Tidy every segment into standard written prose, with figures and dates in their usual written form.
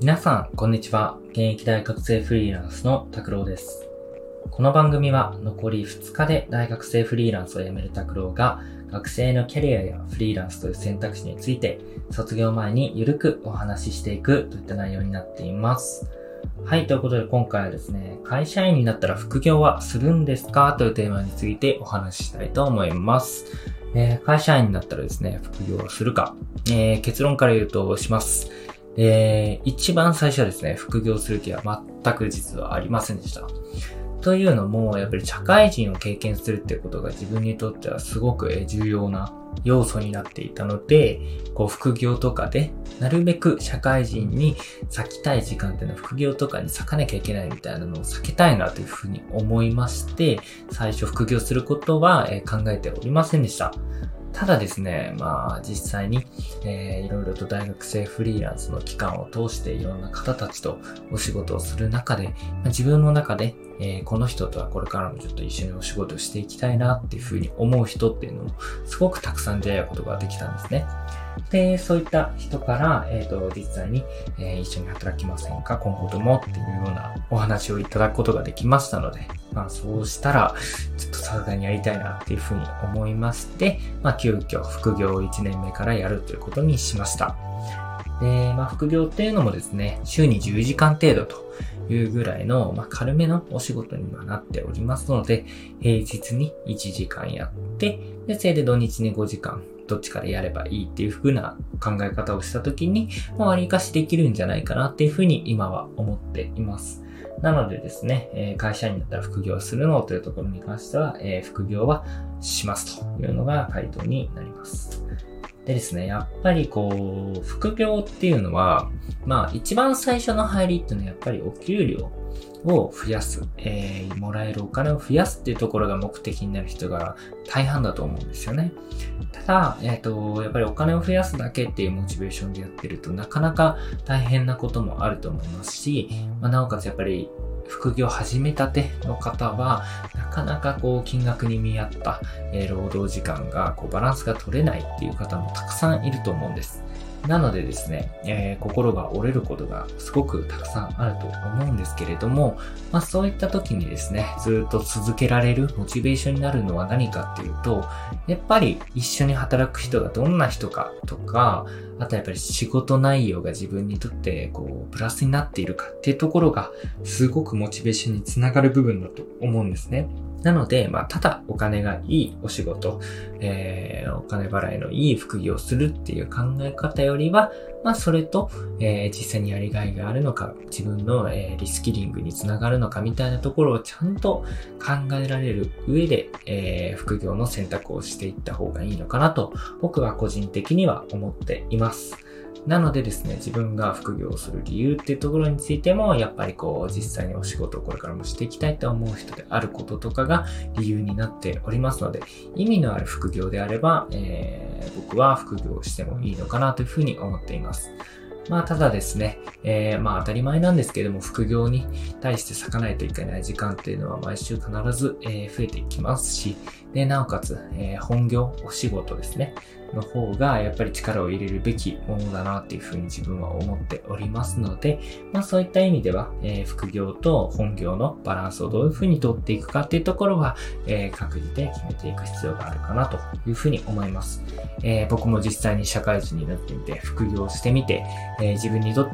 皆さん、こんにちは。現役大学生フリーランスの拓郎です。この番組は残り2日で大学生フリーランスを辞める拓郎が学生のキャリアやフリーランスという選択肢について卒業前にゆるくお話ししていくといった内容になっています。はい、ということで今回はですね、会社員になったら副業はするんですかというテーマについてお話ししたいと思います。会社員になったらですね、副業をするか、結論から言うとします。一番最初はですね、副業する気は全く実はありませんでした。というのも、やっぱり社会人を経験するっていうことが自分にとってはすごく重要な要素になっていたので、副業とかで、なるべく社会人に割きたい時間っていうのは副業とかに割かなきゃいけないみたいなのを避けたいなというふうに思いまして、最初副業することは考えておりませんでした。ただですね、実際に、いろいろと大学生フリーランスの期間を通していろんな方たちとお仕事をする中で、自分の中で、この人とはこれからもちょっと一緒にお仕事をしていきたいなっていうふうに思う人っていうのもすごくたくさん出会うことができたんですね。で、そういった人から、実際に、一緒に働きませんか今後ともっていうようなお話をいただくことができましたので、そうしたら、ちょっとさすがにやりたいなっていうふうに思いまして、急遽副業を1年目からやるということにしました。で、副業っていうのもですね、週に10時間程度というぐらいの、軽めのお仕事にはなっておりますので、平日に1時間やって、で、せいで土日に5時間、どっちからやればいいっていう風な考え方をしたときに、割りかしできるんじゃないかなっていう風に今は思っています。なのでですね、会社員だったら副業するのというところに関しては、副業はしますというのが回答になります。でですね、やっぱり副業っていうのは、一番最初の入りっていうのはやっぱりお給料を増やす、もらえるお金を増やすっていうところが目的になる人が大半だと思うんですよね。ただ、やっぱりお金を増やすだけっていうモチベーションでやってるとなかなか大変なこともあると思いますし、なおかつやっぱり副業始めたての方は、なかなか金額に見合った、労働時間がバランスが取れないっていう方もたくさんいると思うんです。なのでですね、心が折れることがすごくたくさんあると思うんですけれども、そういった時にですね、ずっと続けられるモチベーションになるのは何かっていうと、やっぱり一緒に働く人がどんな人かとか、あとやっぱり仕事内容が自分にとってプラスになっているかっていうところがすごくモチベーションにつながる部分だと思うんですね。なので、ただお金がいいお仕事、お金払いのいい副業をするっていう考え方よりは、それと、実際にやりがいがあるのか、自分の、リスキリングにつながるのかみたいなところをちゃんと考えられる上で、副業の選択をしていった方がいいのかなと、僕は個人的には思っています。なのでですね、自分が副業をする理由っていうところについても、やっぱり実際にお仕事をこれからもしていきたいと思う人であることとかが理由になっておりますので、意味のある副業であれば、僕は副業をしてもいいのかなというふうに思っています。ただですね、当たり前なんですけれども、副業に対して割かないといけない時間っていうのは毎週必ず、増えていきますし、で、なおかつ、本業、お仕事ですね、の方がやっぱり力を入れるべきものだなっていうふうに自分は思っておりますので、そういった意味では、副業と本業のバランスをどういうふうに取っていくかっていうところは、各自で決めていく必要があるかなというふうに思います。僕も実際に社会人になってみて、副業してみて、自分にとって、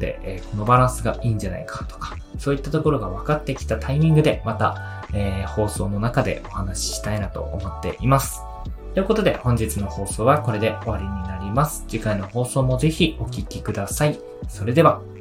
このバランスがいいんじゃないかとか、そういったところが分かってきたタイミングでまた、放送の中でお話ししたいなと思っています。ということで本日の放送はこれで終わりになります。次回の放送もぜひお聞きください。それでは。